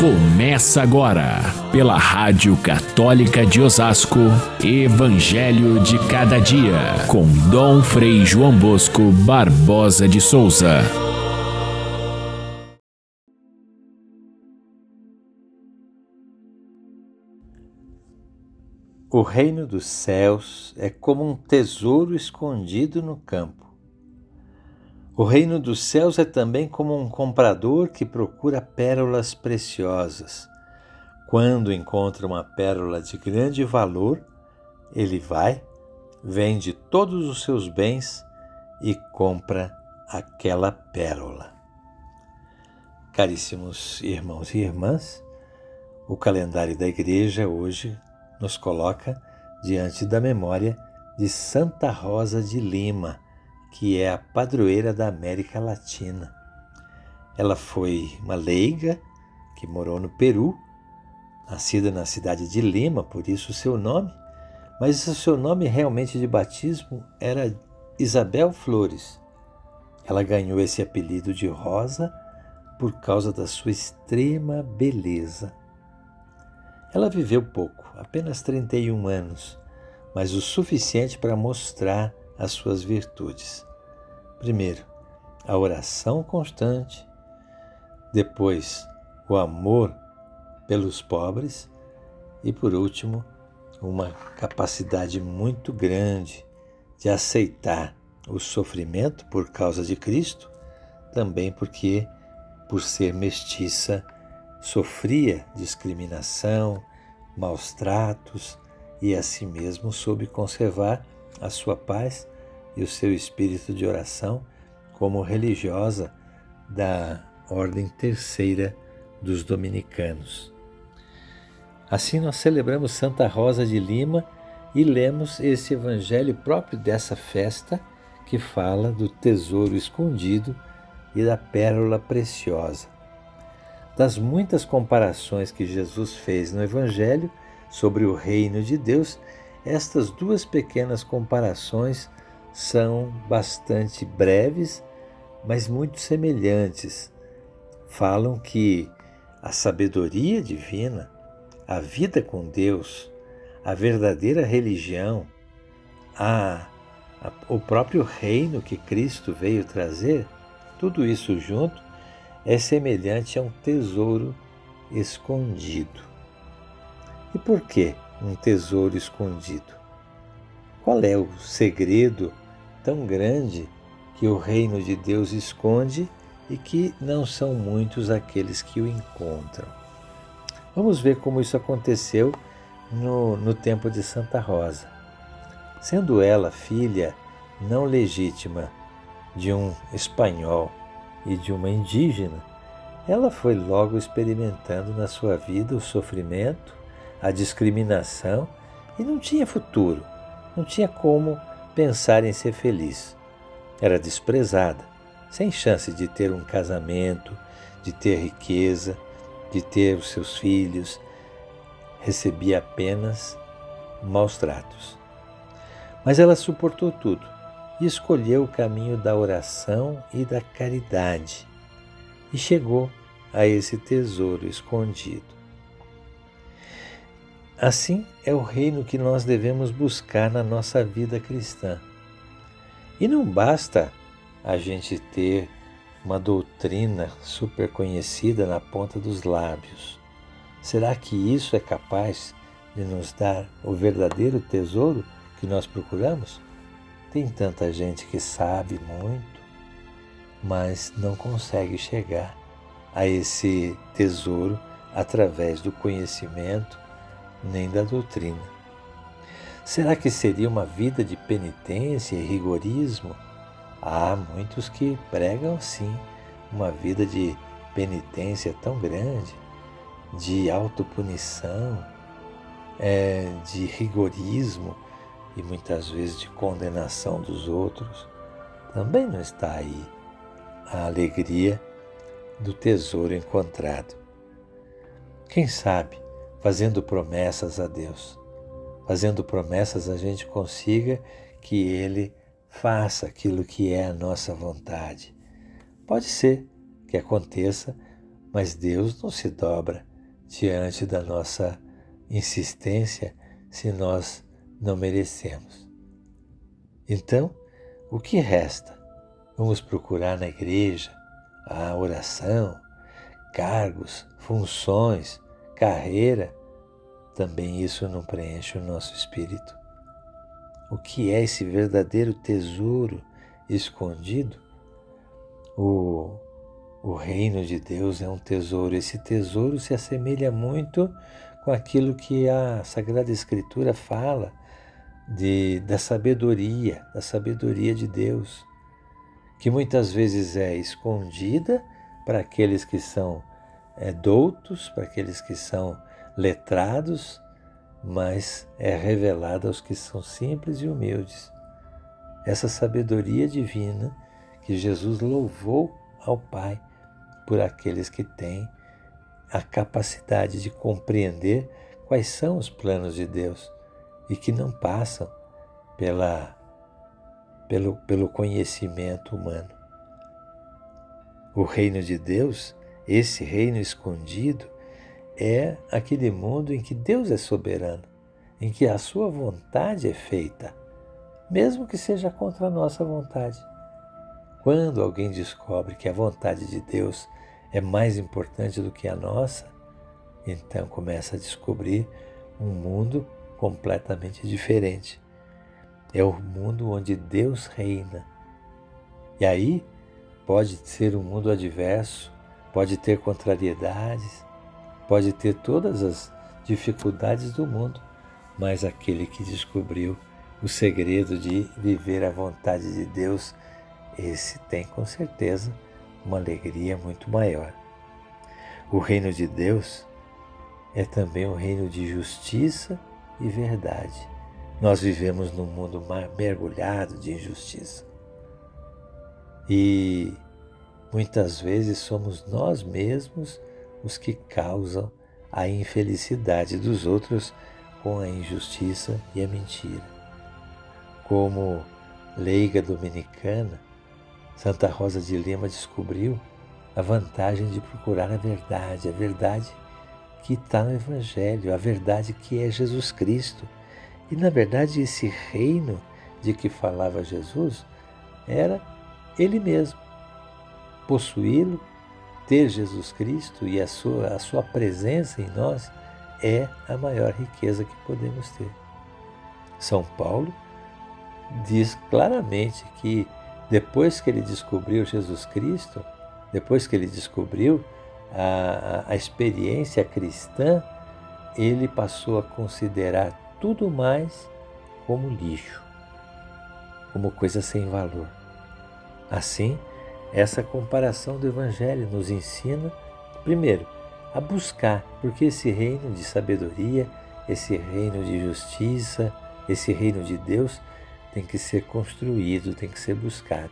Começa agora, pela Rádio Católica de Osasco, Evangelho de Cada Dia, com Dom Frei João Bosco Barbosa de Souza. O reino dos céus é como um tesouro escondido no campo. O reino dos céus é também como um comprador que procura pérolas preciosas. Quando encontra uma pérola de grande valor, ele vai, vende todos os seus bens e compra aquela pérola. Caríssimos irmãos e irmãs, o calendário da Igreja hoje nos coloca diante da memória de Santa Rosa de Lima, que é a padroeira da América Latina. Ela foi uma leiga que morou no Peru, nascida na cidade de Lima, por isso o seu nome, mas o seu nome realmente de batismo era Isabel Flores. Ela ganhou esse apelido de Rosa por causa da sua extrema beleza. Ela viveu pouco, apenas 31 anos, mas o suficiente para mostrar as suas virtudes. Primeiro, a oração constante, depois, o amor pelos pobres e, por último, uma capacidade muito grande de aceitar o sofrimento por causa de Cristo, também porque, por ser mestiça, sofria discriminação, maus tratos e assim mesmo soube conservar a sua paz e o seu espírito de oração como religiosa da Ordem Terceira dos Dominicanos. Assim nós celebramos Santa Rosa de Lima e lemos esse evangelho próprio dessa festa que fala do tesouro escondido e da pérola preciosa. Das muitas comparações que Jesus fez no Evangelho sobre o reino de Deus, estas duas pequenas comparações são bastante breves, mas muito semelhantes. Falam que a sabedoria divina, a vida com Deus, a verdadeira religião, o próprio reino que Cristo veio trazer, tudo isso junto, é semelhante a um tesouro escondido. E por que um tesouro escondido? Qual é o segredo tão grande que o reino de Deus esconde e que não são muitos aqueles que o encontram? Vamos ver como isso aconteceu no tempo de Santa Rosa. Sendo ela filha não legítima de um espanhol e de uma indígena, ela foi logo experimentando na sua vida o sofrimento, a discriminação e não tinha futuro, não tinha como pensar em ser feliz. Era desprezada, sem chance de ter um casamento, de ter riqueza, de ter os seus filhos, recebia apenas maus tratos. Mas ela suportou tudo e escolheu o caminho da oração e da caridade, e chegou a esse tesouro escondido. Assim é o reino que nós devemos buscar na nossa vida cristã. E não basta a gente ter uma doutrina super conhecida na ponta dos lábios. Será que isso é capaz de nos dar o verdadeiro tesouro que nós procuramos? Tem tanta gente que sabe muito, mas não consegue chegar a esse tesouro através do conhecimento nem da doutrina. Será que seria uma vida de penitência e rigorismo? Há muitos que pregam sim uma vida de penitência tão grande, de autopunição, de rigorismo, e muitas vezes de condenação dos outros. Também não está aí a alegria do tesouro encontrado. Quem sabe, fazendo promessas a Deus, fazendo promessas a gente consiga que Ele faça aquilo que é a nossa vontade. Pode ser que aconteça, mas Deus não se dobra diante da nossa insistência se nós não merecemos. Então, o que resta? Vamos procurar na igreja a oração, cargos, funções, carreira. Também isso não preenche o nosso espírito. O que é esse verdadeiro tesouro escondido? O reino de Deus é um tesouro. Esse tesouro se assemelha muito com aquilo que a Sagrada Escritura fala da sabedoria de Deus, que muitas vezes é escondida para aqueles que são doutos, para aqueles que são letrados, mas é revelada aos que são simples e humildes. Essa sabedoria divina que Jesus louvou ao Pai por aqueles que têm a capacidade de compreender quais são os planos de Deus e que não passam pelo conhecimento humano. O reino de Deus, esse reino escondido, é aquele mundo em que Deus é soberano, em que a sua vontade é feita, mesmo que seja contra a nossa vontade. Quando alguém descobre que a vontade de Deus é mais importante do que a nossa, então começa a descobrir um mundo completamente diferente. É o mundo onde Deus reina. E aí pode ser um mundo adverso, pode ter contrariedades, pode ter todas as dificuldades do mundo, mas aquele que descobriu o segredo de viver a vontade de Deus, esse tem com certeza uma alegria muito maior. O reino de Deus é também um reino de justiça e verdade. Nós vivemos num mundo mergulhado de injustiça. E muitas vezes somos nós mesmos os que causam a infelicidade dos outros com a injustiça e a mentira. Como leiga dominicana, Santa Rosa de Lima descobriu a vantagem de procurar a verdade que está no Evangelho, a verdade que é Jesus Cristo. E, na verdade, esse reino de que falava Jesus era Ele mesmo. Possuí-lo, ter Jesus Cristo e a sua presença em nós é a maior riqueza que podemos ter. São Paulo diz claramente que depois que ele descobriu Jesus Cristo, depois que ele descobriu a experiência cristã, ele passou a considerar tudo mais como lixo, como coisa sem valor. Assim, essa comparação do Evangelho nos ensina, primeiro, a buscar, porque esse reino de sabedoria, esse reino de justiça, esse reino de Deus tem que ser construído, tem que ser buscado.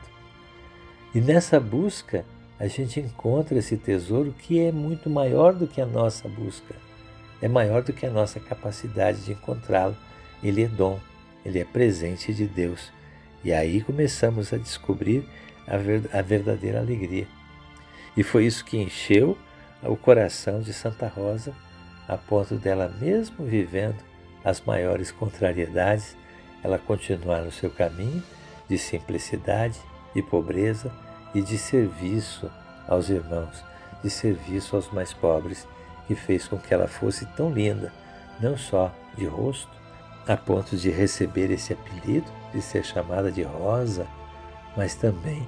E nessa busca, a gente encontra esse tesouro que é muito maior do que a nossa busca, é maior do que a nossa capacidade de encontrá-lo. Ele é dom, ele é presente de Deus. E aí começamos a descobrir a verdadeira alegria. E foi isso que encheu o coração de Santa Rosa, a ponto dela, mesmo vivendo as maiores contrariedades, ela continuar no seu caminho de simplicidade e pobreza e de serviço aos irmãos, de serviço aos mais pobres, que fez com que ela fosse tão linda, não só de rosto, a ponto de receber esse apelido, de ser chamada de Rosa, mas também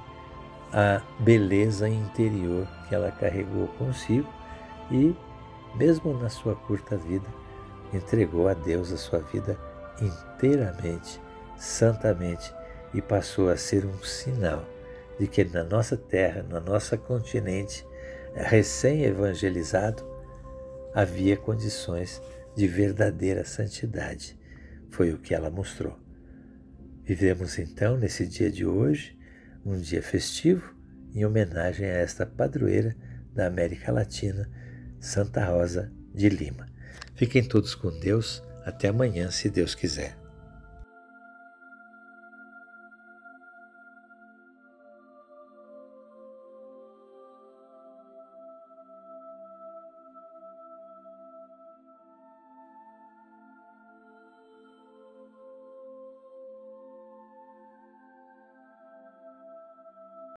a beleza interior que ela carregou consigo e, mesmo na sua curta vida, entregou a Deus a sua vida inteiramente, santamente, e passou a ser um sinal de que na nossa terra, no nosso continente recém-evangelizado, havia condições de verdadeira santidade. Foi o que ela mostrou. Vivemos então, nesse dia de hoje, um dia festivo, em homenagem a esta padroeira da América Latina, Santa Rosa de Lima. Fiquem todos com Deus. Até amanhã, se Deus quiser.